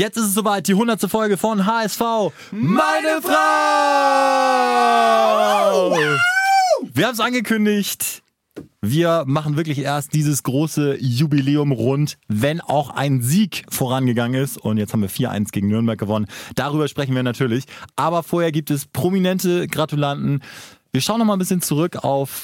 Jetzt ist es soweit, die 100. Folge von HSV. Meine Frau! Wir haben es angekündigt. Wir machen wirklich erst dieses große Jubiläum rund, wenn auch ein Sieg vorangegangen ist. Und jetzt haben wir 4-1 gegen Nürnberg gewonnen. Darüber sprechen wir natürlich. Aber vorher gibt es prominente Gratulanten. Wir schauen noch mal ein bisschen zurück auf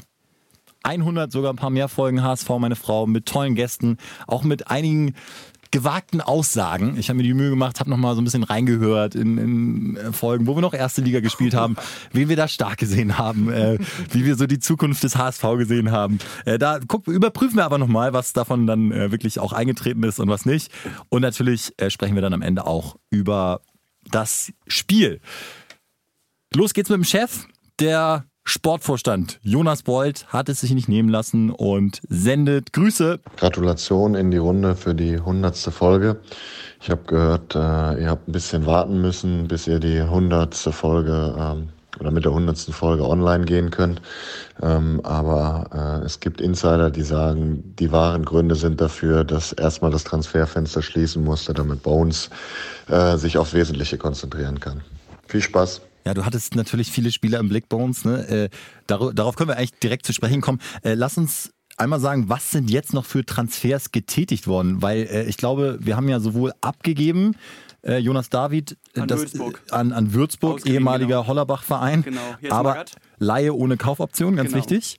100, sogar ein paar mehr Folgen HSV, meine Frau, mit tollen Gästen, auch mit einigen gewagten Aussagen. Ich habe mir die Mühe gemacht, habe noch mal so ein bisschen reingehört in Folgen, wo wir noch erste Liga gespielt haben, wen wir da stark gesehen haben, wie wir so die Zukunft des HSV gesehen haben. Überprüfen wir aber noch mal, was davon dann wirklich auch eingetreten ist und was nicht. Und natürlich sprechen wir dann am Ende auch über das Spiel. Los geht's mit dem Chef, der Sportvorstand Jonas Bold hat es sich nicht nehmen lassen und sendet Grüße. Gratulation in die Runde für die 100. Folge. Ich habe gehört, ihr habt ein bisschen warten müssen, bis ihr die 100. Folge oder mit der 100. Folge online gehen könnt. Aber es gibt Insider, die sagen, die wahren Gründe sind dafür, dass erstmal das Transferfenster schließen musste, damit Bones sich aufs Wesentliche konzentrieren kann. Viel Spaß. Ja, du hattest natürlich viele Spieler im Blick bei uns. Ne? Darauf können wir eigentlich direkt zu sprechen kommen. Lass uns einmal sagen, was sind jetzt noch für Transfers getätigt worden? Weil ich glaube, wir haben ja sowohl abgegeben, Jonas David an Würzburg, ehemaliger genau. Hollerbach-Verein, genau. aber Magath. Laie ohne Kaufoption, ganz wichtig.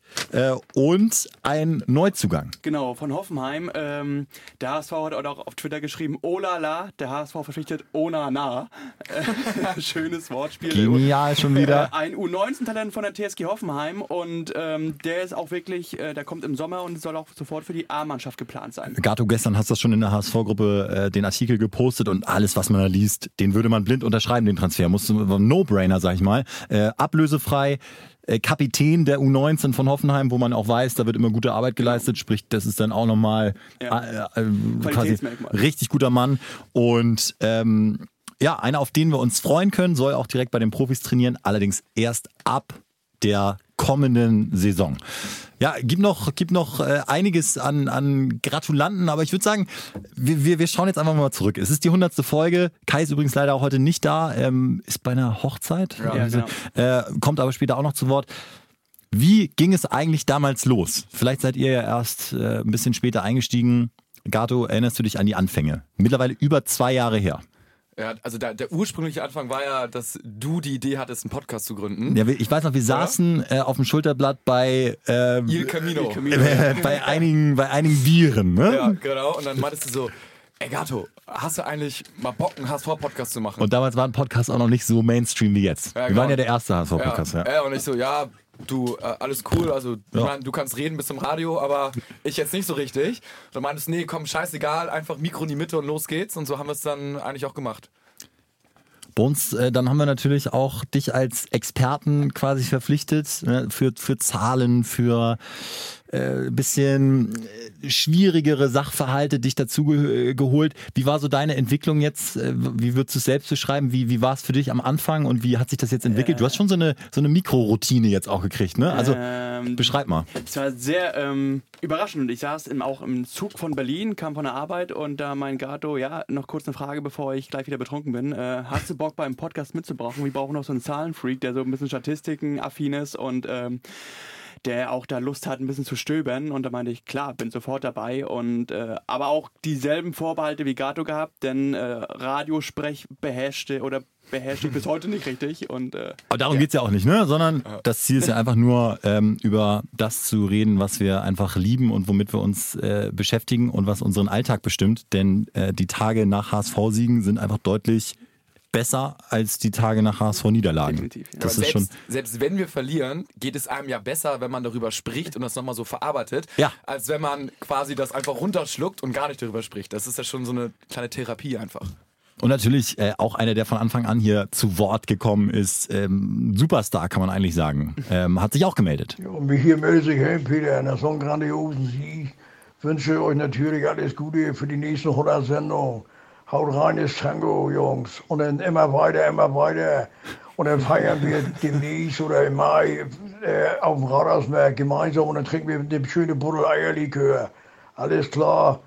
Und ein Neuzugang. Genau, von Hoffenheim. Der HSV hat auch auf Twitter geschrieben, oh la la, der HSV verpflichtet Onana. Schönes Wortspiel. Genial schon wieder. Ein U19-Talent von der TSG Hoffenheim und der ist auch wirklich, der kommt im Sommer und soll auch sofort für die A-Mannschaft geplant sein. Gato, gestern hast du das schon in der HSV-Gruppe den Artikel gepostet und alles, was man da liest, den würde man blind unterschreiben, den Transfer. No-Brainer, sag ich mal. Ablösefrei. Kapitän der U19 von Hoffenheim, wo man auch weiß, da wird immer gute Arbeit geleistet, sprich, das ist dann auch nochmal quasi richtig guter Mann und einer, auf den wir uns freuen können, soll auch direkt bei den Profis trainieren, allerdings erst ab der kommenden Saison. Ja, gibt noch einiges an Gratulanten, aber ich würde sagen, wir schauen jetzt einfach mal zurück. Es ist die 100. Folge. Kai ist übrigens leider auch heute nicht da, ist bei einer Hochzeit, genau. Kommt aber später auch noch zu Wort. Wie ging es eigentlich damals los? Vielleicht seid ihr ja erst ein bisschen später eingestiegen. Gato, erinnerst du dich an die Anfänge? Mittlerweile über 2 Jahre her. Ja, also der ursprüngliche Anfang war ja, dass du die Idee hattest, einen Podcast zu gründen. Ja, ich weiß noch, wir saßen auf dem Schulterblatt bei Il Camino. bei einigen Bieren, ne? Ja, genau. Und dann meintest du so, ey Gato, hast du eigentlich mal Bock, einen HSV-Podcast zu machen? Und damals war ein Podcast auch noch nicht so Mainstream wie jetzt. Ja, wir waren ja der erste HSV-Podcast. Ja, und ich so, ja, du, alles cool, also ich meine, du kannst reden bis zum Radio, aber ich jetzt nicht so richtig. Du meintest, nee, komm, scheißegal, einfach Mikro in die Mitte und los geht's. Und so haben wir es dann eigentlich auch gemacht. Bei uns, dann haben wir natürlich auch dich als Experten quasi verpflichtet, ne, für Zahlen, für bisschen schwierigere Sachverhalte dich dazu geholt. Wie war so deine Entwicklung jetzt? Wie würdest du es selbst beschreiben? Wie war es für dich am Anfang und wie hat sich das jetzt entwickelt? Du hast schon so eine Mikroroutine jetzt auch gekriegt, ne? Also beschreib mal. Es war sehr überraschend. Ich saß auch im Zug von Berlin, kam von der Arbeit und da mein Gato, ja, noch kurz eine Frage, bevor ich gleich wieder betrunken bin. Hast du Bock beim Podcast mitzubrauchen? Wir brauchen noch so einen Zahlenfreak, der so ein bisschen Statistiken affin ist und der auch da Lust hat, ein bisschen zu stöbern. Und da meinte ich, klar, bin sofort dabei. Und aber auch dieselben Vorbehalte wie Gato gehabt, denn Radiosprech beherrschte ich bis heute nicht richtig. Und, aber darum geht's ja auch nicht, ne? Sondern das Ziel ist ja einfach nur, über das zu reden, was wir einfach lieben und womit wir uns beschäftigen und was unseren Alltag bestimmt. Denn die Tage nach HSV-Siegen sind einfach deutlich besser als die Tage nach HSV-Niederlagen. Definitiv, ja. Das ist selbst wenn wir verlieren, geht es einem ja besser, wenn man darüber spricht und das nochmal so verarbeitet, als wenn man quasi das einfach runterschluckt und gar nicht darüber spricht. Das ist ja schon so eine kleine Therapie einfach. Und natürlich auch einer, der von Anfang an hier zu Wort gekommen ist, Superstar kann man eigentlich sagen, hat sich auch gemeldet. Ja, und hier meldet sich Helm-Peter nach so einem grandiosen Sieg. Ich wünsche euch natürlich alles Gute für die nächsten 100 Sendungen. Haut rein ins Tango, Jungs. Und dann immer weiter, immer weiter. Und dann feiern wir demnächst oder im Mai auf dem Rathausmarkt gemeinsam. Und dann trinken wir eine schöne Buddel Eierlikör. Alles klar.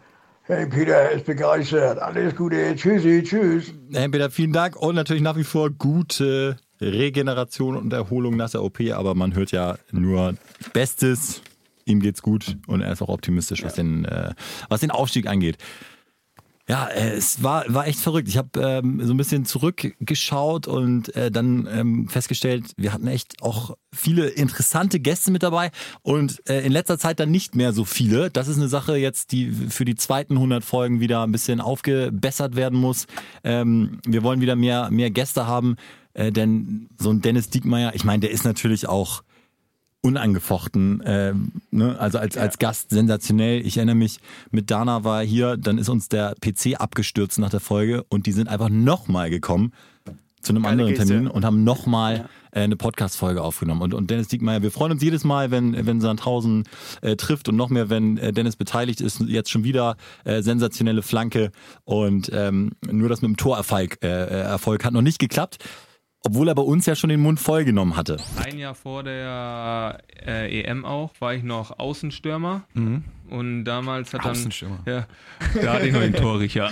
Hey, Peter ist begeistert. Alles Gute. Tschüssi, tschüss. Hey Peter, vielen Dank und natürlich nach wie vor gute Regeneration und Erholung nach der OP, aber man hört ja nur Bestes. Ihm geht's gut und er ist auch optimistisch, was den Aufstieg angeht. Ja, es war echt verrückt. Ich habe so ein bisschen zurückgeschaut und dann festgestellt, wir hatten echt auch viele interessante Gäste mit dabei und in letzter Zeit dann nicht mehr so viele. Das ist eine Sache jetzt, die für die zweiten 100 Folgen wieder ein bisschen aufgebessert werden muss. Wir wollen wieder mehr Gäste haben, denn so ein Dennis Diekmeyer, ich meine, der ist natürlich auch unangefochten, also als Gast sensationell. Ich erinnere mich, mit Dana war er hier, dann ist uns der PC abgestürzt nach der Folge und die sind einfach nochmal gekommen zu einem anderen Termin und haben nochmal eine Podcast-Folge aufgenommen. Und Dennis Diekmeyer, wir freuen uns jedes Mal, wenn Sandhausen trifft und noch mehr, wenn Dennis beteiligt ist. Jetzt schon wieder sensationelle Flanke und nur das mit dem Torerfolg hat noch nicht geklappt. Obwohl er bei uns ja schon den Mund voll genommen hatte. Ein Jahr vor der EM auch war ich noch Außenstürmer. Und damals hat Außenstürmer. Ja, da hatte ich noch den Torrichter.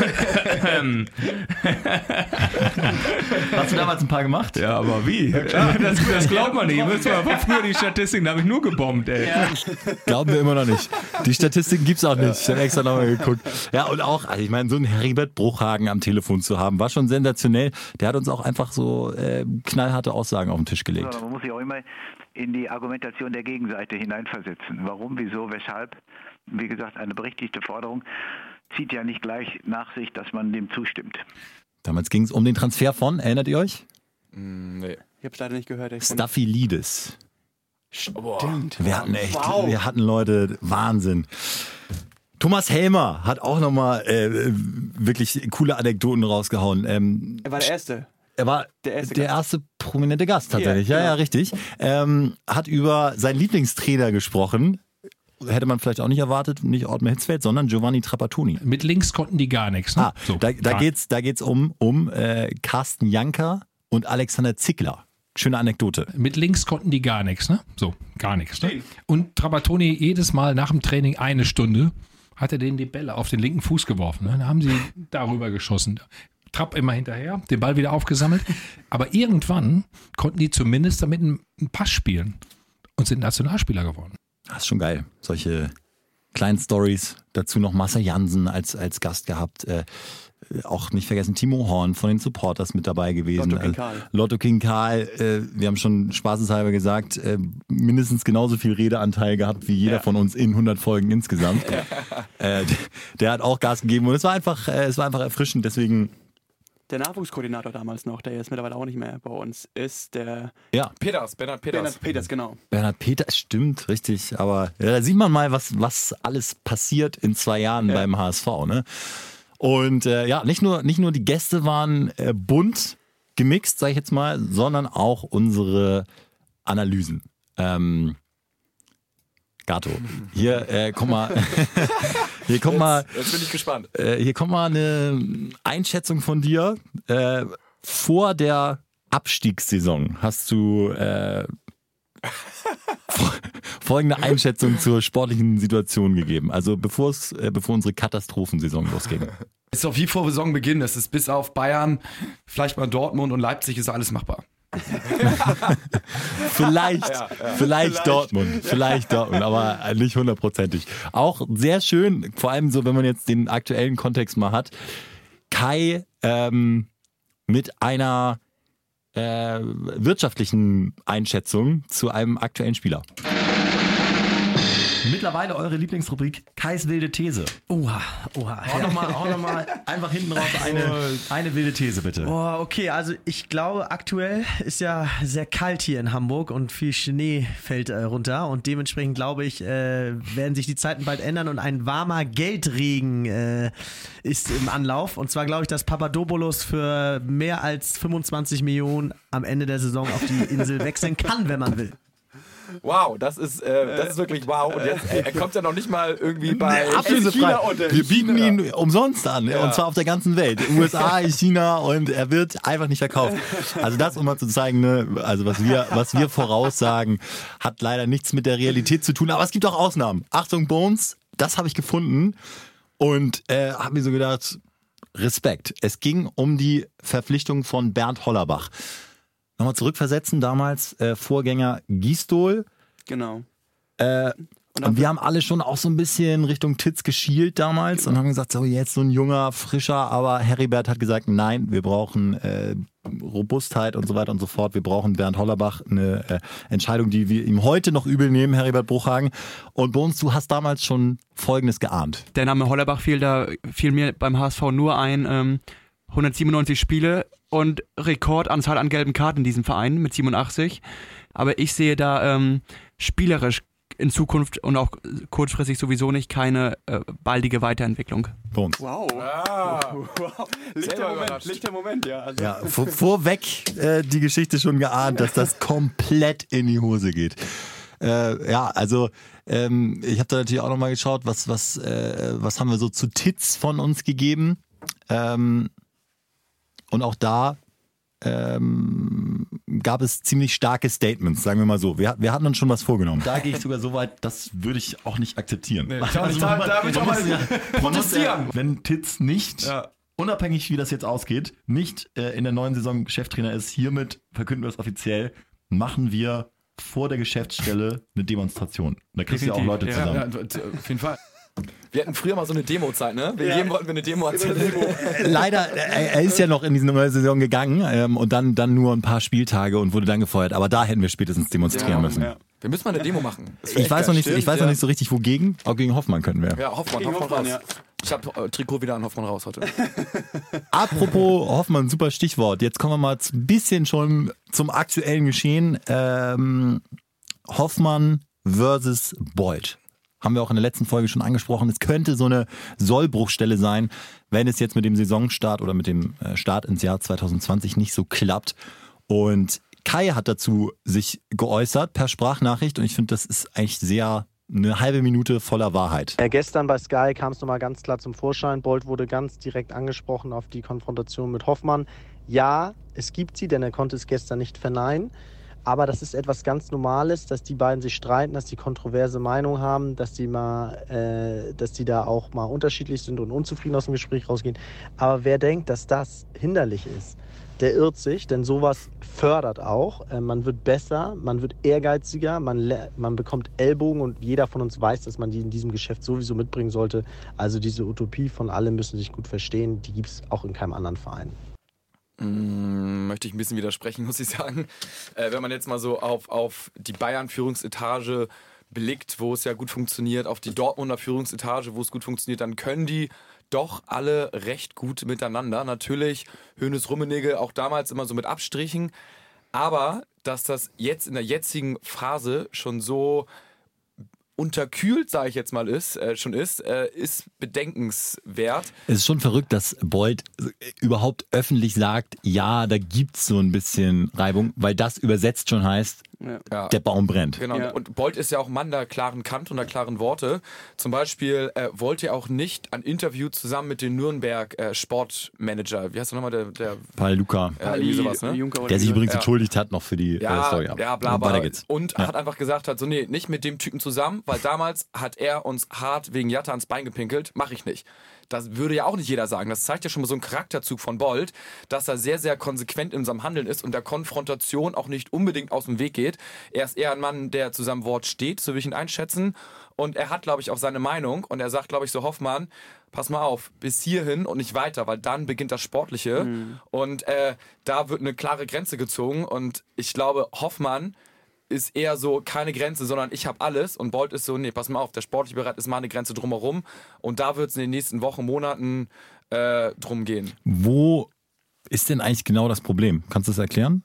Hast du damals ein paar gemacht? Ja, aber wie? Das glaubt man nicht. Früher die Statistiken, da habe ich nur gebombt, ey. Ja. Glauben wir immer noch nicht. Die Statistiken gibt's auch nicht. Ich habe extra nochmal geguckt. Ja, und auch, also ich meine, so einen Heribert Bruchhagen am Telefon zu haben, war schon sensationell. Der hat uns auch einfach so knallharte Aussagen auf den Tisch gelegt. Man muss sich auch immer in die Argumentation der Gegenseite hineinversetzen. Warum, wieso, weshalb? Wie gesagt, eine berechtigte Forderung zieht ja nicht gleich nach sich, dass man dem zustimmt. Damals ging es um den Transfer von, erinnert ihr euch? Nee. Ich hab's leider nicht gehört. Staphylidis. Stimmt. Wir hatten Leute, Wahnsinn. Thomas Helmer hat auch nochmal wirklich coole Anekdoten rausgehauen. Er war der Erste. Er war der erste prominente Gast tatsächlich. Ja, richtig. Hat über seinen Lieblingstrainer gesprochen. Hätte man vielleicht auch nicht erwartet, nicht Ottmar Hitzfeld, sondern Giovanni Trapattoni. Mit links konnten die gar nichts. Ne? Da geht's um Carsten Janker und Alexander Zickler. Schöne Anekdote. Mit links konnten die gar nichts, ne? So, gar nichts. Ne? Und Trapattoni jedes Mal nach dem Training eine Stunde hat er denen die Bälle auf den linken Fuß geworfen. Ne? Dann haben sie darüber geschossen. Trapp immer hinterher, den Ball wieder aufgesammelt. Aber irgendwann konnten die zumindest damit einen Pass spielen und sind Nationalspieler geworden. Das ist schon geil. Solche kleinen Storys. Dazu noch Marcel Jansen als Gast gehabt. Auch nicht vergessen, Timo Horn von den Supporters mit dabei gewesen. Lotto King Karl. Wir haben schon spaßeshalber gesagt, mindestens genauso viel Redeanteil gehabt wie jeder von uns in 100 Folgen insgesamt. Der hat auch Gas gegeben und es war einfach erfrischend. Deswegen. Der Nachwuchskoordinator damals noch, der jetzt mittlerweile auch nicht mehr bei uns ist, der... Ja. Bernhard Peters. Bernhard Peters, genau. Bernhard Peters, stimmt, richtig. Aber da sieht man mal, was alles passiert in 2 Jahren beim HSV. Ne? Und nicht nur die Gäste waren bunt gemixt, sag ich jetzt mal, sondern auch unsere Analysen. Gato, hier komm mal. Jetzt bin ich gespannt. Hier kommt mal eine Einschätzung von dir. Vor der Abstiegssaison hast du folgende Einschätzung zur sportlichen Situation gegeben. Also bevor unsere Katastrophensaison losging. Es ist doch wie vor Saisonbeginn. Es ist bis auf Bayern, vielleicht mal Dortmund und Leipzig ist alles machbar. Vielleicht Dortmund, aber nicht 100%. Auch sehr schön, vor allem so, wenn man jetzt den aktuellen Kontext mal hat. Kai mit einer wirtschaftlichen Einschätzung zu einem aktuellen Spieler. Mittlerweile eure Lieblingsrubrik Kais wilde These. Oha. Hau noch mal einfach hinten raus eine wilde These, bitte. Oh, okay, also ich glaube, aktuell ist ja sehr kalt hier in Hamburg und viel Schnee fällt runter und dementsprechend glaube ich, werden sich die Zeiten bald ändern und ein warmer Geldregen ist im Anlauf. Und zwar glaube ich, dass Papadopoulos für mehr als 25 Millionen am Ende der Saison auf die Insel wechseln kann, wenn man will. Wow, das ist wirklich wow. Und jetzt, er kommt ja noch nicht mal irgendwie bei China. Wir bieten ihn umsonst an, und zwar auf der ganzen Welt. USA, China, und er wird einfach nicht verkauft. Also das, um mal zu zeigen, ne, also was wir voraussagen, hat leider nichts mit der Realität zu tun. Aber es gibt auch Ausnahmen. Achtung, Bones, das habe ich gefunden. Und habe mir so gedacht, Respekt. Es ging um die Verpflichtung von Bernd Hollerbach. Nochmal zurückversetzen, damals Vorgänger Gisdol. Genau. Und wir haben alle schon auch so ein bisschen Richtung Titz geschielt damals und haben gesagt, so jetzt so ein junger, frischer, aber Heribert hat gesagt, nein, wir brauchen Robustheit und so weiter und so fort. Wir brauchen Bernd Hollerbach, eine Entscheidung, die wir ihm heute noch übel nehmen, Heribert Bruchhagen. Und Bones, du hast damals schon Folgendes geahnt. Der Name Hollerbach fiel mir beim HSV nur ein, 197 Spiele und Rekordanzahl an gelben Karten in diesem Verein mit 87. Aber ich sehe da spielerisch in Zukunft und auch kurzfristig sowieso nicht keine baldige Weiterentwicklung. Bones. Wow. Lichter Moment, ja. Also. Ja, vorweg die Geschichte schon geahnt, dass das komplett in die Hose geht. Ich habe da natürlich auch nochmal geschaut, was haben wir so zu Titz von uns gegeben. Und auch da gab es ziemlich starke Statements, sagen wir mal so. Wir hatten uns schon was vorgenommen. Da gehe ich sogar so weit, das würde ich auch nicht akzeptieren. Nee, da würde ich auch mal protestieren. Wenn Titz nicht, unabhängig wie das jetzt ausgeht, nicht in der neuen Saison Cheftrainer ist, hiermit verkünden wir das offiziell, machen wir vor der Geschäftsstelle eine Demonstration. Da kriegst du ja auch Leute zusammen. Ja, auf jeden Fall. Wir hatten früher mal so eine Demo-Zeit, ne? Jedem wollten wir eine Demo erzählen. Leider, er ist ja noch in diese neue Saison gegangen und dann nur ein paar Spieltage und wurde dann gefeuert. Aber da hätten wir spätestens demonstrieren müssen. Ja. Wir müssen mal eine Demo machen. Ich weiß noch nicht so richtig wogegen, auch gegen Hoffmann können wir. Ja, Hoffmann raus. Ja. Ich habe Trikot wieder an Hoffmann raus heute. Apropos Hoffmann, super Stichwort. Jetzt kommen wir mal ein bisschen schon zum aktuellen Geschehen. Hoffmann versus Boyd. Haben wir auch in der letzten Folge schon angesprochen. Es könnte so eine Sollbruchstelle sein, wenn es jetzt mit dem Saisonstart oder mit dem Start ins Jahr 2020 nicht so klappt. Und Kai hat dazu sich geäußert per Sprachnachricht und ich finde, das ist eigentlich sehr eine halbe Minute voller Wahrheit. Gestern bei Sky kam es nochmal ganz klar zum Vorschein. Bold wurde ganz direkt angesprochen auf die Konfrontation mit Hoffmann. Ja, es gibt sie, denn er konnte es gestern nicht verneinen. Aber das ist etwas ganz Normales, dass die beiden sich streiten, dass die kontroverse Meinung haben, dass die da auch mal unterschiedlich sind und unzufrieden aus dem Gespräch rausgehen. Aber wer denkt, dass das hinderlich ist, der irrt sich, denn sowas fördert auch. Man wird besser, man wird ehrgeiziger, man bekommt Ellbogen und jeder von uns weiß, dass man die in diesem Geschäft sowieso mitbringen sollte. Also diese Utopie von alle müssen sich gut verstehen, die gibt es auch in keinem anderen Verein. Möchte ich ein bisschen widersprechen, muss ich sagen. Wenn man jetzt mal so auf die Bayern-Führungsetage blickt, wo es ja gut funktioniert, auf die Dortmunder Führungsetage, wo es gut funktioniert, dann können die doch alle recht gut miteinander. Natürlich Hoeneß, Rummenigge auch damals immer so mit Abstrichen. Aber dass das jetzt in der jetzigen Phase schon so unterkühlt, sage ich jetzt mal, ist bedenkenswert. Es ist schon verrückt, dass Boyd überhaupt öffentlich sagt, ja, da gibt's so ein bisschen Reibung, weil das übersetzt schon heißt, der Baum brennt. Genau, und Boyd ist ja auch Mann der klaren Kante und der klaren Worte. Zum Beispiel wollte er auch nicht ein Interview zusammen mit dem Nürnberg Sportmanager, wie heißt der nochmal, der Paul Luca, sowas, ne? Der sich übrigens entschuldigt hat noch für die Story. Ja, bla bla. Weiter geht's. Und hat einfach gesagt, nee, nicht mit dem Typen zusammen, weil damals hat er uns hart wegen Jatta ans Bein gepinkelt, mache ich nicht. Das würde ja auch nicht jeder sagen. Das zeigt ja schon mal so einen Charakterzug von Bold, dass er sehr, sehr konsequent in seinem Handeln ist und der Konfrontation auch nicht unbedingt aus dem Weg geht. Er ist eher ein Mann, der zu seinem Wort steht, so will ich ihn einschätzen. Und er hat, glaube ich, auch seine Meinung. Und er sagt, glaube ich, so, Hoffmann, pass mal auf, bis hierhin und nicht weiter, weil dann beginnt das Sportliche. Und da wird eine klare Grenze gezogen. Und ich glaube, Hoffmann ist eher so keine Grenze, sondern ich habe alles und Bold ist so, nee, pass mal auf, der sportliche Bereich ist mal eine Grenze drumherum und da wird es in den nächsten Wochen, Monaten drum gehen. Wo ist denn eigentlich genau das Problem? Kannst du das erklären?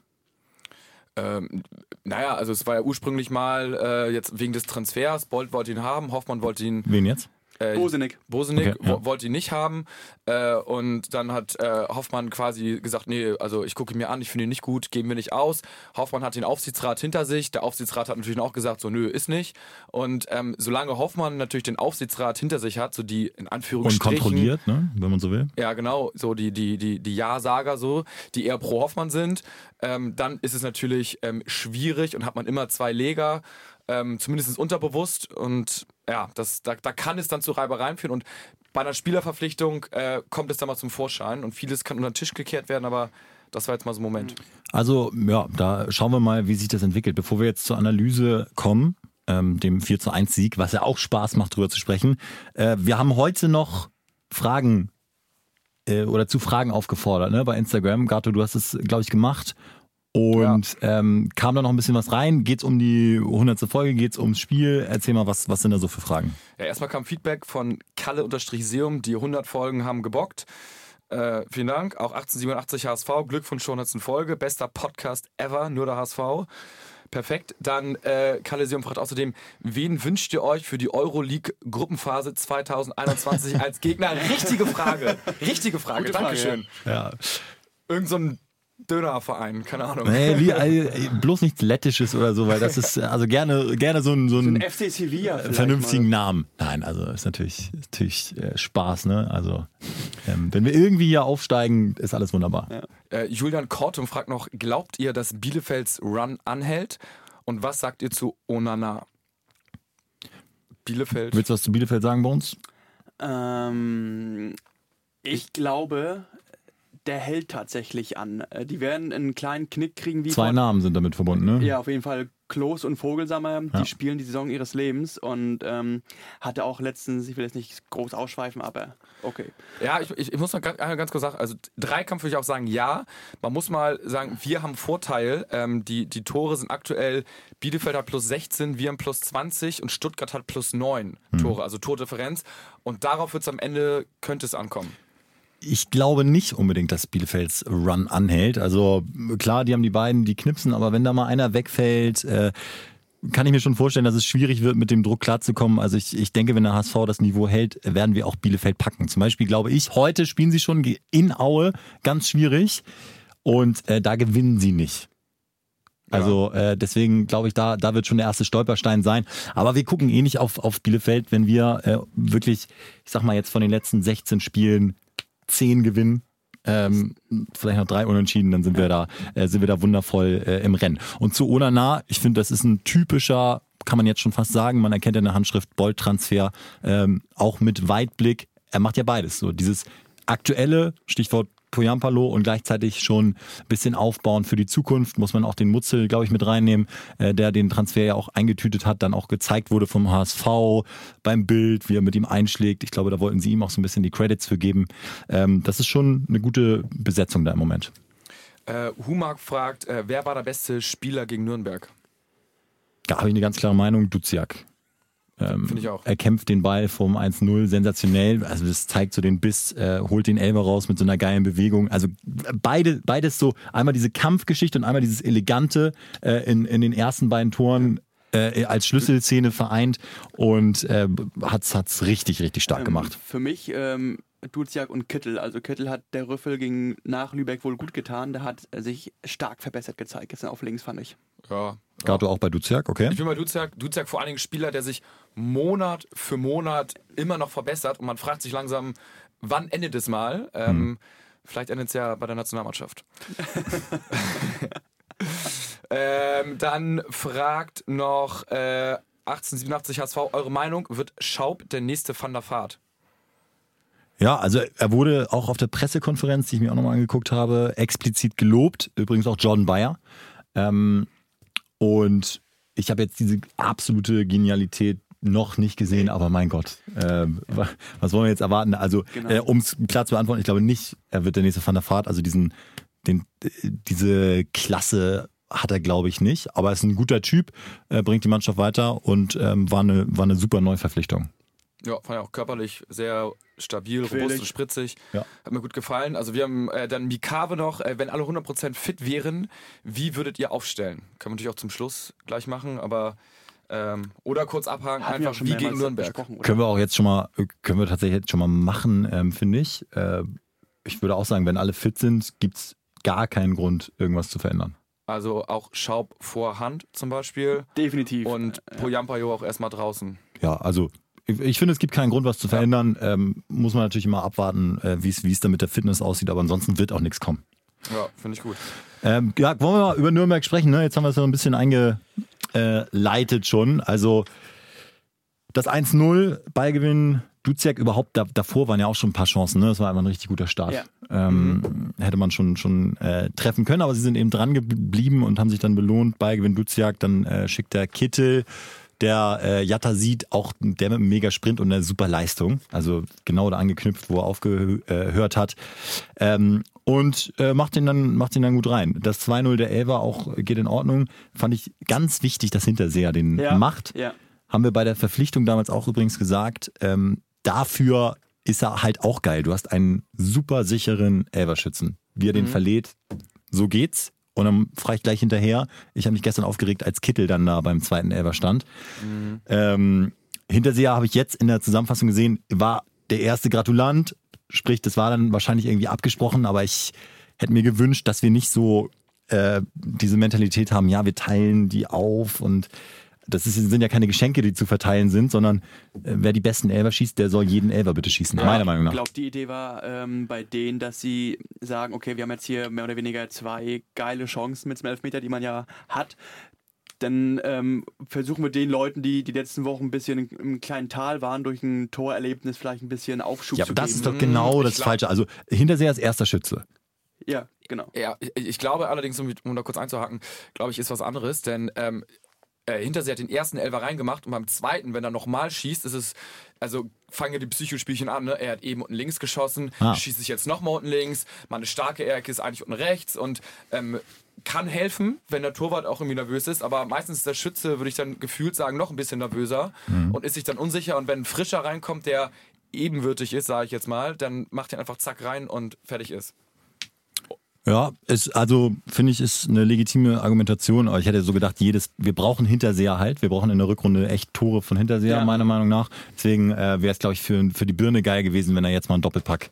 Also es war ja ursprünglich mal jetzt wegen des Transfers, Bold wollte ihn haben, Hoffmann wollte ihn... Wen jetzt? Bosenig okay, wollte ihn nicht haben und dann hat Hoffmann quasi gesagt, nee, also ich gucke ihn mir an, ich finde ihn nicht gut, geben wir nicht aus. Hoffmann hat den Aufsichtsrat hinter sich, der Aufsichtsrat hat natürlich auch gesagt, so nö, ist nicht. Und solange Hoffmann natürlich den Aufsichtsrat hinter sich hat, so die in Anführungsstrichen... Und kontrolliert, ne, wenn man so will. Ja, genau, so die Ja-Sager so, die eher pro Hoffmann sind, dann ist es natürlich schwierig und hat man immer zwei Leger, zumindest unterbewusst und ja, da kann es dann zu Reibereien führen und bei einer Spielerverpflichtung kommt es dann mal zum Vorschein und vieles kann unter den Tisch gekehrt werden, aber das war jetzt mal so ein Moment. Also, ja, da schauen wir mal, wie sich das entwickelt. Bevor wir jetzt zur Analyse kommen, dem 4:1-Sieg, was ja auch Spaß macht, drüber zu sprechen. Wir haben heute noch Fragen oder zu Fragen aufgefordert, ne, bei Instagram. Gato, du hast es, glaube ich, gemacht. Und kam da noch ein bisschen was rein? Geht's um die 100. Folge? Geht's ums Spiel? Erzähl mal, was sind da so für Fragen? Ja, erstmal kam Feedback von Kalle-Seum, die 100 Folgen haben gebockt. Vielen Dank. Auch 1887 HSV, Glückwunsch zur 100. Folge. Bester Podcast ever, nur der HSV. Perfekt. Dann Kalle-Seum fragt außerdem, wen wünscht ihr euch für die Euroleague-Gruppenphase 2021 als Gegner? Richtige Frage. Richtige Frage. Dankeschön. Ja. Irgend so ein Dönerverein, keine Ahnung. Nee, bloß nichts Lettisches oder so, weil das ist also gerne so ein FC Sevilla vernünftigen Namen. Nein, also ist natürlich Spaß, ne? Also wenn wir irgendwie hier aufsteigen, ist alles wunderbar. Ja. Julian Kortum fragt noch, glaubt ihr, dass Bielefelds Run anhält? Und was sagt ihr zu Onana? Bielefeld. Willst du was zu Bielefeld sagen bei uns? Ich glaube, der hält tatsächlich an. Die werden einen kleinen Knick kriegen. Zwei Namen sind damit verbunden, ne? Ja, auf jeden Fall Klos und Vogelsammer. Die spielen die Saison ihres Lebens und hatte auch letztens, ich will jetzt nicht groß ausschweifen, aber okay. Ja, ich muss noch ganz kurz sagen, also Dreikampf würde ich auch sagen, ja. Man muss mal sagen, wir haben Vorteil. Die Tore sind aktuell, Bielefeld hat plus 16, wir haben plus 20 und Stuttgart hat plus 9 Tore, also Tordifferenz. Und darauf wird es am Ende, könnte es ankommen. Ich glaube nicht unbedingt, dass Bielefelds Run anhält. Also klar, die haben die beiden, die knipsen, aber wenn da mal einer wegfällt, kann ich mir schon vorstellen, dass es schwierig wird, mit dem Druck klarzukommen. Also ich denke, wenn der HSV das Niveau hält, werden wir auch Bielefeld packen. Zum Beispiel glaube ich, heute spielen sie schon in Aue, ganz schwierig und da gewinnen sie nicht. Also deswegen glaube ich, da wird schon der erste Stolperstein sein. Aber wir gucken eh nicht auf Bielefeld, wenn wir wirklich, ich sag mal jetzt von den letzten 16 Spielen 10 gewinnen, vielleicht noch 3 Unentschieden, dann sind wir da wundervoll im Rennen. Und zu Onana, ich finde, das ist ein typischer, kann man jetzt schon fast sagen, man erkennt in der Handschrift Bold-Transfer, auch mit Weitblick. Er macht ja beides, so dieses aktuelle, Stichwort Poyampalo und gleichzeitig schon ein bisschen aufbauen für die Zukunft. Muss man auch den Mutzel, glaube ich, mit reinnehmen, der den Transfer ja auch eingetütet hat, dann auch gezeigt wurde vom HSV beim Bild, wie er mit ihm einschlägt. Ich glaube, da wollten sie ihm auch so ein bisschen die Credits für geben. Das ist schon eine gute Besetzung da im Moment. Humak fragt, wer war der beste Spieler gegen Nürnberg? Da habe ich eine ganz klare Meinung, Duziak. Finde ich auch. Er kämpft den Ball vom 1-0 sensationell. Also das zeigt so den Biss, holt den Elber raus mit so einer geilen Bewegung. Also beides so, einmal diese Kampfgeschichte und einmal dieses Elegante in den ersten beiden Toren als Schlüsselszene vereint und hat's richtig, richtig stark gemacht. Für mich Duziak und Kittel. Also Kittel hat der Rüffel gegen nach Lübeck wohl gut getan. Der hat sich stark verbessert gezeigt. Jetzt auf links, fand ich. Ja. Gato auch bei Duziak, okay. Ich bin bei Duziak vor allen Dingen ein Spieler, der sich Monat für Monat immer noch verbessert und man fragt sich langsam, wann endet es mal? Vielleicht endet es ja bei der Nationalmannschaft. Dann fragt noch 1887 HSV, eure Meinung, wird Schaub der nächste Van der Vaart? Ja, also er wurde auch auf der Pressekonferenz, die ich mir auch nochmal angeguckt habe, explizit gelobt. Übrigens auch Jordan Bayer. Und ich habe jetzt diese absolute Genialität noch nicht gesehen, aber mein Gott, was wollen wir jetzt erwarten? Also, um es klar zu beantworten, ich glaube nicht, er wird der nächste Van der Vaart. Also diese Klasse hat er, glaube ich, nicht. Aber er ist ein guter Typ, bringt die Mannschaft weiter und war eine super Neuverpflichtung. Ja, fand ich auch körperlich sehr stabil, robust und spritzig. Ja. Hat mir gut gefallen. Also wir haben dann Mikave noch. Wenn alle 100% fit wären, wie würdet ihr aufstellen? Können wir natürlich auch zum Schluss gleich machen, aber oder kurz abhaken, einfach wie gegen Nürnberg. Können wir tatsächlich jetzt schon mal machen, finde ich. Ich würde auch sagen, wenn alle fit sind, gibt es gar keinen Grund, irgendwas zu verändern. Also auch Schaub vor Hand zum Beispiel. Definitiv. Und Poyampalo auch erstmal draußen. Ja, also ich finde, es gibt keinen Grund, was zu verändern. Muss man natürlich immer abwarten, wie es da mit der Fitness aussieht, aber ansonsten wird auch nichts kommen. Ja, finde ich gut. Wollen wir mal über Nürnberg sprechen? Ne? Jetzt haben wir es so ein bisschen eingeleitet schon. Also das 1-0, Ballgewinn, Duziak überhaupt, davor waren ja auch schon ein paar Chancen, ne? Das war einfach ein richtig guter Start. Ja. Hätte man schon treffen können, aber sie sind eben dran geblieben und haben sich dann belohnt. Ballgewinn, Duziak, dann schickt der Kittel, der Jatta sieht, auch der mit einem Mega-Sprint und einer super Leistung. Also genau da angeknüpft, wo er aufgehört hat. Und macht ihn dann gut rein. Das 2-0 der Elfer auch geht in Ordnung. Fand ich ganz wichtig, dass Hinterseher den macht. Ja. Haben wir bei der Verpflichtung damals auch übrigens gesagt. Dafür ist er halt auch geil. Du hast einen super sicheren Elferschützen. Wie er den verlädt, so geht's. Und dann frage ich gleich hinterher. Ich habe mich gestern aufgeregt, als Kittel dann da beim zweiten Elfer stand. Hinterseher habe ich jetzt in der Zusammenfassung gesehen, war der erste Gratulant. Sprich, das war dann wahrscheinlich irgendwie abgesprochen, aber ich hätte mir gewünscht, dass wir nicht so diese Mentalität haben, ja, wir teilen die auf und sind ja keine Geschenke, die zu verteilen sind, sondern wer die besten Elfer schießt, der soll jeden Elfer bitte schießen, meiner Meinung nach. Ich glaube, die Idee war bei denen, dass sie sagen, okay, wir haben jetzt hier mehr oder weniger 2 geile Chancen mit dem Elfmeter, die man ja hat. Dann versuchen wir den Leuten, die letzten Wochen ein bisschen im kleinen Tal waren, durch ein Torerlebnis vielleicht ein bisschen Aufschub zu geben. Ja, das ist doch genau das Falsche. Also Hinterseher ist erster Schütze. Ja, genau. Ja, ich glaube allerdings, um da kurz einzuhaken, glaube ich, ist was anderes, denn Hinterseher hat den ersten Elfer reingemacht und beim zweiten, wenn er nochmal schießt, ist es, also fangen ja die Psychospielchen an, ne? Er hat eben unten links geschossen, schießt sich jetzt nochmal unten links, meine starke Ecke ist eigentlich unten rechts und kann helfen, wenn der Torwart auch irgendwie nervös ist, aber meistens ist der Schütze, würde ich dann gefühlt sagen, noch ein bisschen nervöser und ist sich dann unsicher und wenn ein Frischer reinkommt, der ebenwürdig ist, sage ich jetzt mal, dann macht er einfach zack rein und fertig ist. Ja, finde ich, ist eine legitime Argumentation, aber ich hätte so gedacht, wir brauchen Hinterseher halt, wir brauchen in der Rückrunde echt Tore von Hinterseher, meiner Meinung nach. Deswegen wäre es, glaube ich, für die Birne geil gewesen, wenn er jetzt mal einen Doppelpack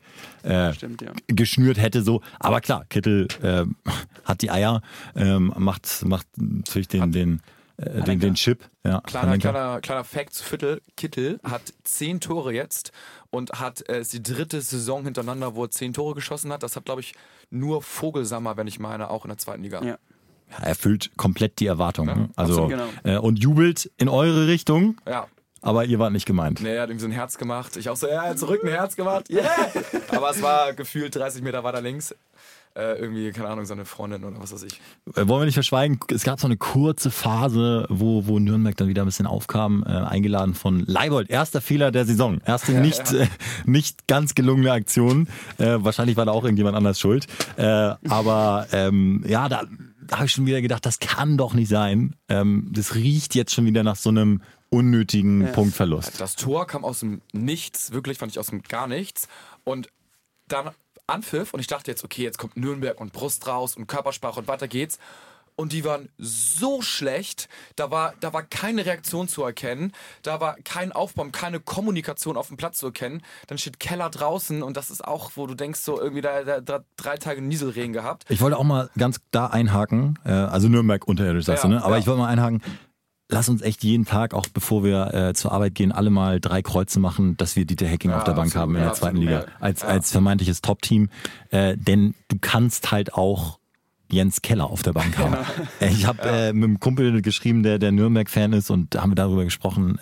geschnürt hätte, so. Aber klar, Kittel hat die Eier, macht natürlich den Chip. Ja, kleiner Fact zu Kittel hat 10 Tore jetzt und hat die 3. Saison hintereinander, wo er 10 Tore geschossen hat. Das hat, glaube ich, nur Vogelsammer, wenn ich meine, auch in der 2. Liga. Ja, er erfüllt komplett die Erwartungen. Ja, ne? Also genau. Und jubelt in eure Richtung. Ja. Aber ihr wart nicht gemeint. Nee, er hat irgendwie so ein Herz gemacht. Ich auch so, zurück ein Herz gemacht. Yeah! Aber es war gefühlt 30 Meter weiter links. Irgendwie, keine Ahnung, seine Freundin oder was weiß ich. Wollen wir nicht verschweigen, es gab so eine kurze Phase, wo Nürnberg dann wieder ein bisschen aufkam, eingeladen von Leibold. Erster Fehler der Saison. Erste nicht ganz gelungene Aktion. Wahrscheinlich war da auch irgendjemand anders schuld. Aber da habe ich schon wieder gedacht, das kann doch nicht sein. Das riecht jetzt schon wieder nach so einem unnötigen Punktverlust. Das Tor kam aus dem Nichts, wirklich fand ich aus dem gar nichts. Und dann Anpfiff und ich dachte jetzt, okay, jetzt kommt Nürnberg und Brust raus und Körpersprache und weiter geht's. Und die waren so schlecht, da war keine Reaktion zu erkennen, da war kein Aufbau, keine Kommunikation auf dem Platz zu erkennen. Dann steht Keller draußen und das ist auch, wo du denkst, so irgendwie da 3 Tage Nieselregen gehabt. Ich wollte auch mal ganz da einhaken, also Nürnberg unterirdisch sagst du, ne? Aber ich wollte mal einhaken, lass uns echt jeden Tag, auch bevor wir zur Arbeit gehen, alle mal 3 Kreuze machen, dass wir Dieter Hecking auf der Bank haben in der 2. Liga. Als vermeintliches Top-Team. Denn du kannst halt auch Jens Keller auf der Bank haben. Ich habe mit einem Kumpel geschrieben, der Nürnberg-Fan ist und da haben wir darüber gesprochen.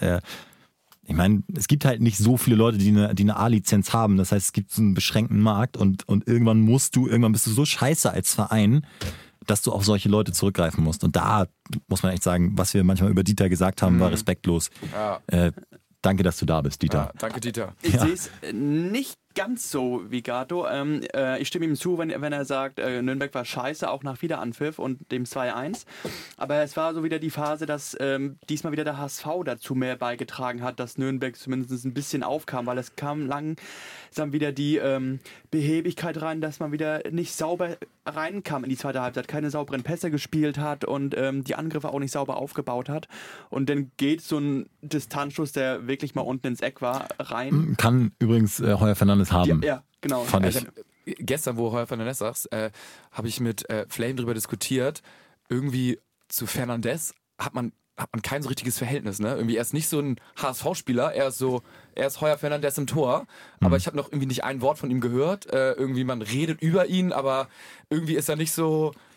Ich meine, es gibt halt nicht so viele Leute, die eine A-Lizenz haben. Das heißt, es gibt so einen beschränkten Markt und irgendwann bist du so scheiße als Verein, dass du auf solche Leute zurückgreifen musst. Und da muss man echt sagen, was wir manchmal über Dieter gesagt haben, war respektlos. Ja. Danke, dass du da bist, Dieter. Ja, danke, Dieter. Ich sehe es nicht ganz so wie Gato. Ich stimme ihm zu, wenn er sagt, Nürnberg war scheiße, auch nach Wiederanpfiff und dem 2-1. Aber es war so wieder die Phase, dass diesmal wieder der HSV dazu mehr beigetragen hat, dass Nürnberg zumindest ein bisschen aufkam, weil es kam langsam wieder die Behebigkeit rein, dass man wieder nicht sauber reinkam in die zweite Halbzeit, keine sauberen Pässe gespielt hat und die Angriffe auch nicht sauber aufgebaut hat. Und dann geht so ein Distanzschuss, der wirklich mal unten ins Eck war, rein. Kann übrigens Heuer Fernandes haben. Ja, genau. Fand ich. Gestern, wo Heuer Fernandes sagst, habe ich mit Flame drüber diskutiert. Irgendwie zu Fernandes hat man kein so richtiges Verhältnis, ne? Irgendwie er ist nicht so ein HSV-Spieler, er ist Heuer Fernandes im Tor, aber ich habe noch irgendwie nicht ein Wort von ihm gehört. Irgendwie man redet über ihn, aber irgendwie ist er nicht so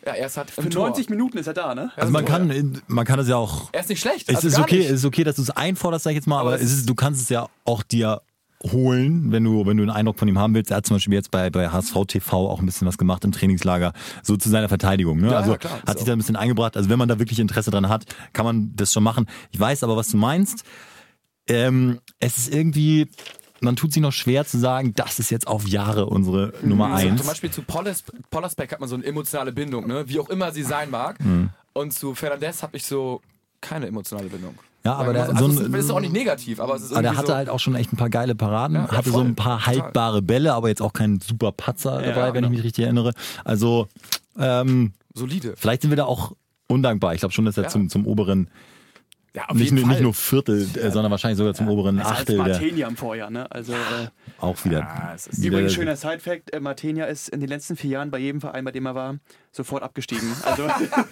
Ja, er ist halt Für 90 Minuten ist er da, ne? Also man kann das ja auch... Er ist nicht schlecht. Es also ist gar okay, nicht. es ist okay, dass du es einforderst, sag ich jetzt mal, aber du kannst es ja auch dir holen, wenn du einen Eindruck von ihm haben willst. Er hat zum Beispiel jetzt bei HSV TV auch ein bisschen was gemacht im Trainingslager, so zu seiner Verteidigung. Ne? Ja, also ja, klar, hat sich da ein bisschen eingebracht. Also wenn man da wirklich Interesse dran hat, kann man das schon machen. Ich weiß aber, was du meinst. Es ist irgendwie... Man tut sich noch schwer zu sagen, das ist jetzt auf Jahre unsere Nummer 1. Zum Beispiel zu Pollersbeck hat man so eine emotionale Bindung, ne? Wie auch immer sie sein mag. Und zu Fernandes habe ich so keine emotionale Bindung. Ja, aber das ist auch nicht negativ, aber es ist der irgendwie hatte so, halt auch schon echt ein paar geile Paraden, Ja, hatte voll, so ein paar haltbare Bälle, aber jetzt auch kein super Patzer dabei, wenn ich mich richtig erinnere. Also solide. Vielleicht sind wir da auch undankbar. Ich glaube schon, dass er zum oberen nicht nur Viertel, sondern wahrscheinlich sogar zum oberen Achtel. Als Martenia im Vorjahr, ne? Also, auch wieder. Übrigens, schöner Side-Fact, Martenia ist in den letzten 4 Jahren bei jedem Verein, bei dem er war, sofort abgestiegen. Also,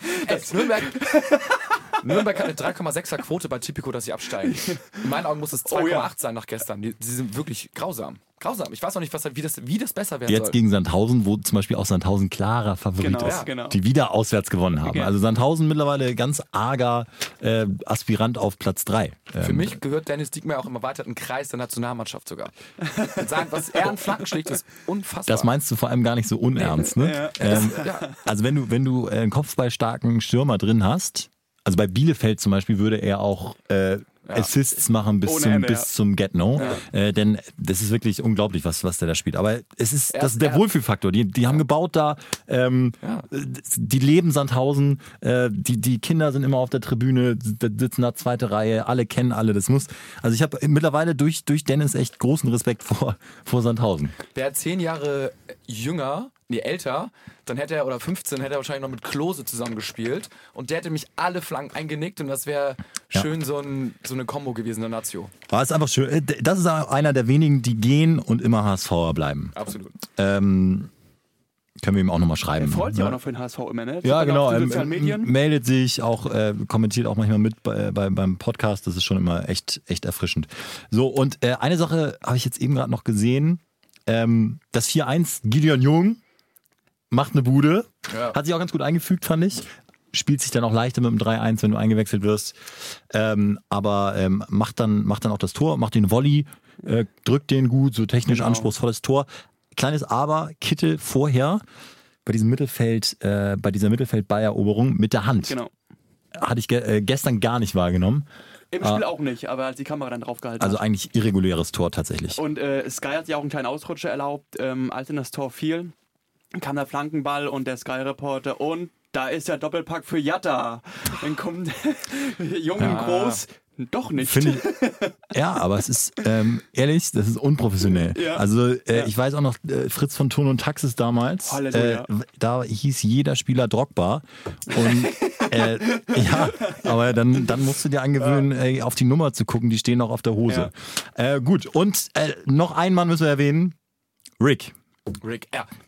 Nürnberg hat eine 3,6er Quote bei Tipico, dass sie absteigen. In meinen Augen muss es 2,8 sein nach gestern. Die sind wirklich grausam. Ich weiß auch nicht, wie das besser werden soll. Jetzt gegen Sandhausen, wo zum Beispiel auch Sandhausen klarer Favorit ist, die wieder auswärts gewonnen haben. Also Sandhausen mittlerweile ganz arger Aspirant auf Platz 3. Für mich gehört Dennis Diekmeyer auch im erweiterten Kreis der Nationalmannschaft sogar. Was er an Flanken schlägt, ist unfassbar. Das meinst du vor allem gar nicht so unernst. Ne? Also wenn du einen kopfballstarken Stürmer drin hast, also bei Bielefeld zum Beispiel würde er auch Assists machen bis zum Get-No. Denn das ist wirklich unglaublich, was der da spielt. Aber das ist der Wohlfühlfaktor. Die haben gebaut da, die leben Sandhausen, die Kinder sind immer auf der Tribüne, sitzen da zweite Reihe, alle kennen alle. Also ich habe mittlerweile durch Dennis echt großen Respekt vor Sandhausen. Wäre 10 Jahre älter, dann hätte er, oder 15, hätte er wahrscheinlich noch mit Klose zusammengespielt und der hätte mich alle Flanken eingenickt und das wäre schön so eine Kombo gewesen, der Nazio. War es einfach schön. Das ist einer der wenigen, die gehen und immer HSVer bleiben. Absolut. Können wir ihm auch nochmal schreiben. Er freut sich auch noch für den HSV immer, ne? Ja, genau. Auf den sozialen Medien. Meldet sich, auch kommentiert auch manchmal mit beim Podcast. Das ist schon immer echt erfrischend. So, und eine Sache habe ich jetzt eben gerade noch gesehen. Das 4-1, Gideon Jung macht eine Bude. Ja. Hat sich auch ganz gut eingefügt, fand ich. Spielt sich dann auch leichter mit dem 3-1, wenn du eingewechselt wirst. Aber macht dann auch das Tor, macht den Volley, drückt den gut, so technisch anspruchsvolles Tor. Kleines Aber, Kittel vorher bei dieser Mittelfeld-Balleroberung mit der Hand. Genau. Hatte ich gestern gar nicht wahrgenommen. Im Spiel auch nicht, aber als die Kamera dann drauf gehalten hat. Also eigentlich irreguläres Tor tatsächlich. Und Sky hat sich auch einen kleinen Ausrutscher erlaubt, als in das Tor fiel. Kam der Flankenball und der Sky-Reporter und da ist der Doppelpack für Jatta. Dann kommt Jung und Groß. Doch nicht. Finde ich, ja, aber es ist, ehrlich, das ist unprofessionell. Ja. Also ich weiß auch noch, Fritz von Thun und Taxis damals, da hieß jeder Spieler Drogba. Und ja, aber dann musst du dir angewöhnen, auf die Nummer zu gucken, die stehen auch auf der Hose. Ja. Gut, und noch einen Mann müssen wir erwähnen, Rick. Rick,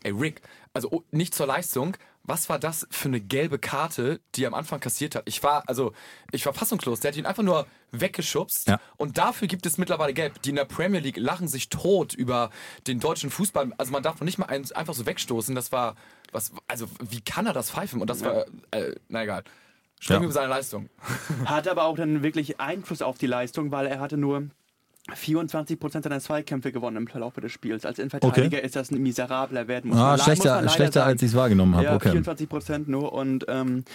also nicht zur Leistung. Was war das für eine gelbe Karte, die er am Anfang kassiert hat? Ich war fassungslos. Der hat ihn einfach nur weggeschubst. Ja. Und dafür gibt es mittlerweile Gelb. Die in der Premier League lachen sich tot über den deutschen Fußball. Also man darf noch nicht mal einfach so wegstoßen. Das war, wie kann er das pfeifen? Und das war, na egal. Sprechen wir über seine Leistung. Hat aber auch dann wirklich Einfluss auf die Leistung, weil er hatte nur 24% seiner Zweikämpfe gewonnen im Verlauf des Spiels. Als Innenverteidiger ist das ein miserabler Wert. Schlechter als ich es wahrgenommen habe. Ja, 24% nur. Und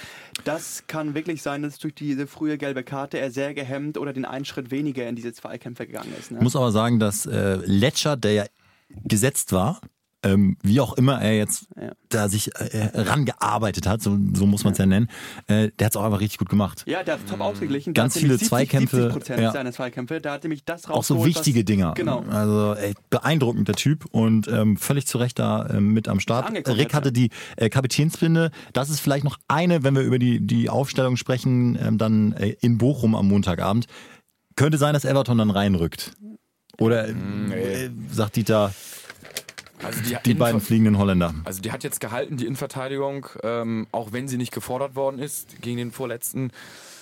das kann wirklich sein, dass durch diese frühe gelbe Karte er sehr gehemmt oder den einen Schritt weniger in diese Zweikämpfe gegangen ist. Ne? Ich muss aber sagen, dass Letscher, der ja gesetzt war, wie auch immer er jetzt da sich rangearbeitet hat, so muss man es ja nennen, der hat es auch einfach richtig gut gemacht. Ja, der hat top ausgeglichen. Ganz viele Zweikämpfe. 70% seiner Zweikämpfe, da hat nämlich das rausgeholt. Auch so wichtige Dinger. Genau. Also beeindruckend der Typ und völlig zu Recht da mit am Start. Rick hatte die Kapitänsbinde. Das ist vielleicht noch eine, wenn wir über die Aufstellung sprechen, dann in Bochum am Montagabend. Könnte sein, dass Everton dann reinrückt. Oder sagt Dieter... Also die beiden fliegenden Holländer. Also die hat jetzt gehalten, die Innenverteidigung, auch wenn sie nicht gefordert worden ist gegen den Vorletzten.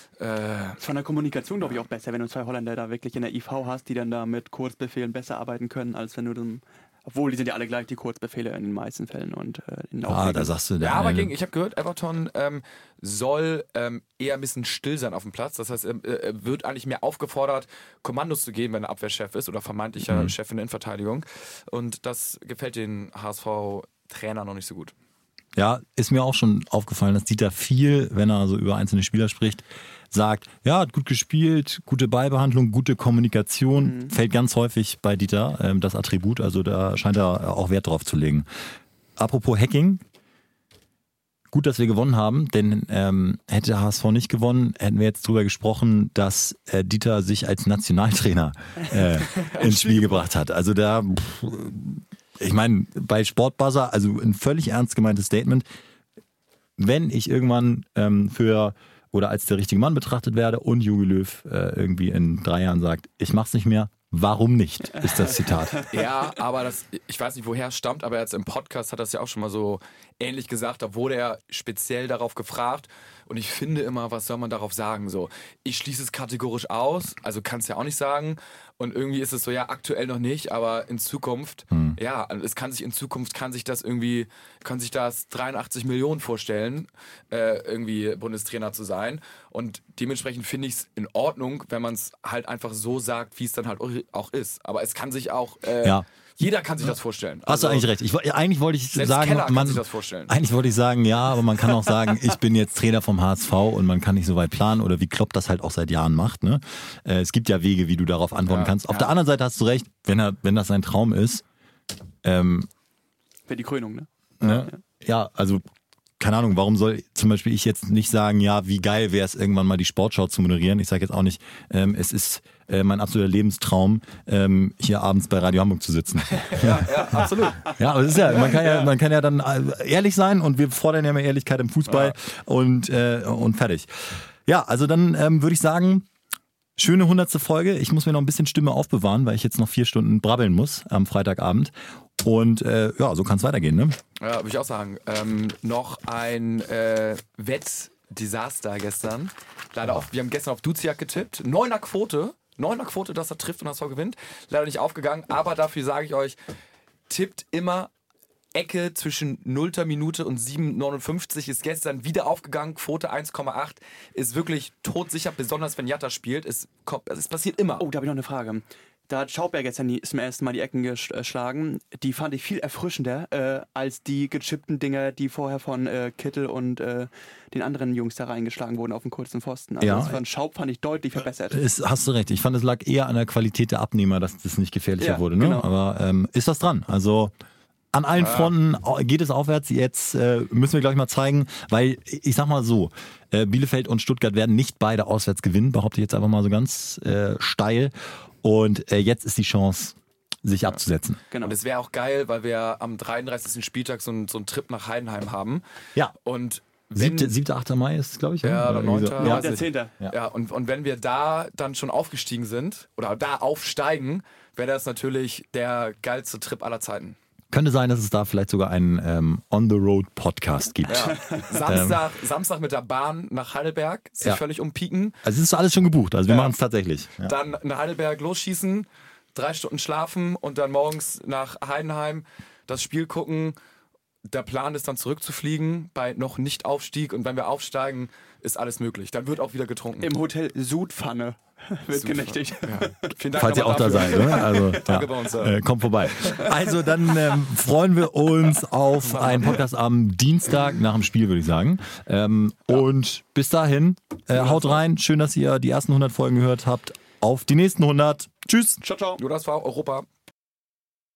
Von der Kommunikation, glaube ich, auch besser, wenn du 2 Holländer da wirklich in der IV hast, die dann da mit Kurzbefehlen besser arbeiten können, als wenn du dann Obwohl, die sind ja alle gleich die Kurzbefehle in den meisten Fällen. Und in da sagst du... Ja, aber ich habe gehört, Everton soll eher ein bisschen still sein auf dem Platz. Das heißt, er wird eigentlich mehr aufgefordert, Kommandos zu geben, wenn er Abwehrchef ist oder vermeintlicher Chef in der Innenverteidigung. Und das gefällt den HSV-Trainer noch nicht so gut. Ja, ist mir auch schon aufgefallen, dass Dieter viel, wenn er so über einzelne Spieler spricht, sagt, ja, hat gut gespielt, gute Ballbehandlung, gute Kommunikation, fällt ganz häufig bei Dieter das Attribut, also da scheint er auch Wert drauf zu legen. Apropos Hacking, gut, dass wir gewonnen haben, denn hätte der HSV nicht gewonnen, hätten wir jetzt drüber gesprochen, dass Dieter sich als Nationaltrainer ins Spiel gebracht hat. Also da, ich meine, bei Sportbuzzer, also ein völlig ernst gemeintes Statement, wenn ich irgendwann oder als der richtige Mann betrachtet werde und Jogi Löw irgendwie in 3 Jahren sagt, ich mach's nicht mehr, warum nicht, ist das Zitat. Ja, aber ich weiß nicht, woher es stammt, aber jetzt im Podcast hat er es ja auch schon mal so ähnlich gesagt, da wurde er speziell darauf gefragt und ich finde immer, was soll man darauf sagen? So, ich schließe es kategorisch aus, also kann es ja auch nicht sagen und irgendwie ist es so, ja, aktuell noch nicht, aber in Zukunft, ja, kann sich das 83 Millionen vorstellen, irgendwie Bundestrainer zu sein und dementsprechend finde ich es in Ordnung, wenn man es halt einfach so sagt, wie es dann halt auch ist, aber es kann sich auch... Jeder kann sich das vorstellen. Hast du eigentlich recht. Eigentlich wollte ich sagen, Keller kann sich das vorstellen. Eigentlich wollte ich sagen, ja, aber man kann auch sagen, ich bin jetzt Trainer vom HSV und man kann nicht so weit planen oder wie Klopp das halt auch seit Jahren macht. Ne? Es gibt ja Wege, wie du darauf antworten kannst. Auf der anderen Seite hast du recht, wenn das ein Traum ist. Wäre die Krönung, ne? Ja, also keine Ahnung, warum soll zum Beispiel ich jetzt nicht sagen, ja, wie geil wäre es, irgendwann mal die Sportschau zu moderieren. Ich sage jetzt auch nicht, es ist mein absoluter Lebenstraum, hier abends bei Radio Hamburg zu sitzen. Ja, absolut. Ja, aber es ist ja, man kann ja dann ehrlich sein und wir fordern ja mehr Ehrlichkeit im Fußball und fertig. Ja, also dann würde ich sagen, schöne 100. Folge. Ich muss mir noch ein bisschen Stimme aufbewahren, weil ich jetzt noch 4 Stunden brabbeln muss am Freitagabend. Und so kann es weitergehen, ne? Ja, würde ich auch sagen. Noch ein Wettdesaster gestern. Leider wir haben gestern auf Duziak getippt. 9er Quote, dass er trifft und HSV gewinnt. Leider nicht aufgegangen, aber dafür sage ich euch, tippt immer Ecke zwischen 0. Minute und 7,59 ist gestern wieder aufgegangen. Quote 1,8 ist wirklich todsicher, besonders wenn Jatta spielt. Es passiert immer. Oh, da habe ich noch eine Frage. Da hat Schaubberg jetzt zum ersten Mal die Ecken geschlagen. Die fand ich viel erfrischender als die gechippten Dinger, die vorher von Kittel und den anderen Jungs da reingeschlagen wurden auf den kurzen Pfosten. Also das von Schaub fand ich deutlich verbessert. Hast du recht. Ich fand, es lag eher an der Qualität der Abnehmer, dass das nicht gefährlicher wurde. Ne? Genau. Aber ist was dran? Also an allen Fronten geht es aufwärts. Jetzt müssen wir gleich mal zeigen, weil ich sag mal so, Bielefeld und Stuttgart werden nicht beide auswärts gewinnen, behaupte ich jetzt einfach mal so ganz steil. Und jetzt ist die Chance, sich abzusetzen. Genau. Und es wäre auch geil, weil wir am 33. Spieltag so einen Trip nach Heidenheim haben. Ja. Und 7., 8. Mai ist es, glaube ich. Ja, oder 9. Ja, der 10. Ja, und wenn wir da dann schon aufgestiegen sind oder da aufsteigen, wäre das natürlich der geilste Trip aller Zeiten. Könnte sein, dass es da vielleicht sogar einen On-the-Road-Podcast gibt. Ja. Samstag mit der Bahn nach Heidelberg, sich völlig umpieken. Also es ist alles schon gebucht, also wir machen es tatsächlich. Ja. Dann in Heidelberg losschießen, 3 Stunden schlafen und dann morgens nach Heidenheim das Spiel gucken. Der Plan ist dann zurückzufliegen bei noch nicht Aufstieg und wenn wir aufsteigen, ist alles möglich. Dann wird auch wieder getrunken. Im Hotel Sudpfanne wird genächtigt. Ja. Vielen Dank. Falls ihr auch da seid, ne? Also, Danke bei uns. Kommt vorbei. Also dann freuen wir uns auf einen Podcast am Dienstag nach dem Spiel, würde ich sagen. Und bis dahin, haut rein. Schön, dass ihr die ersten 100 Folgen gehört habt. Auf die nächsten 100. Tschüss. Ciao, ciao. Nur das war Europa.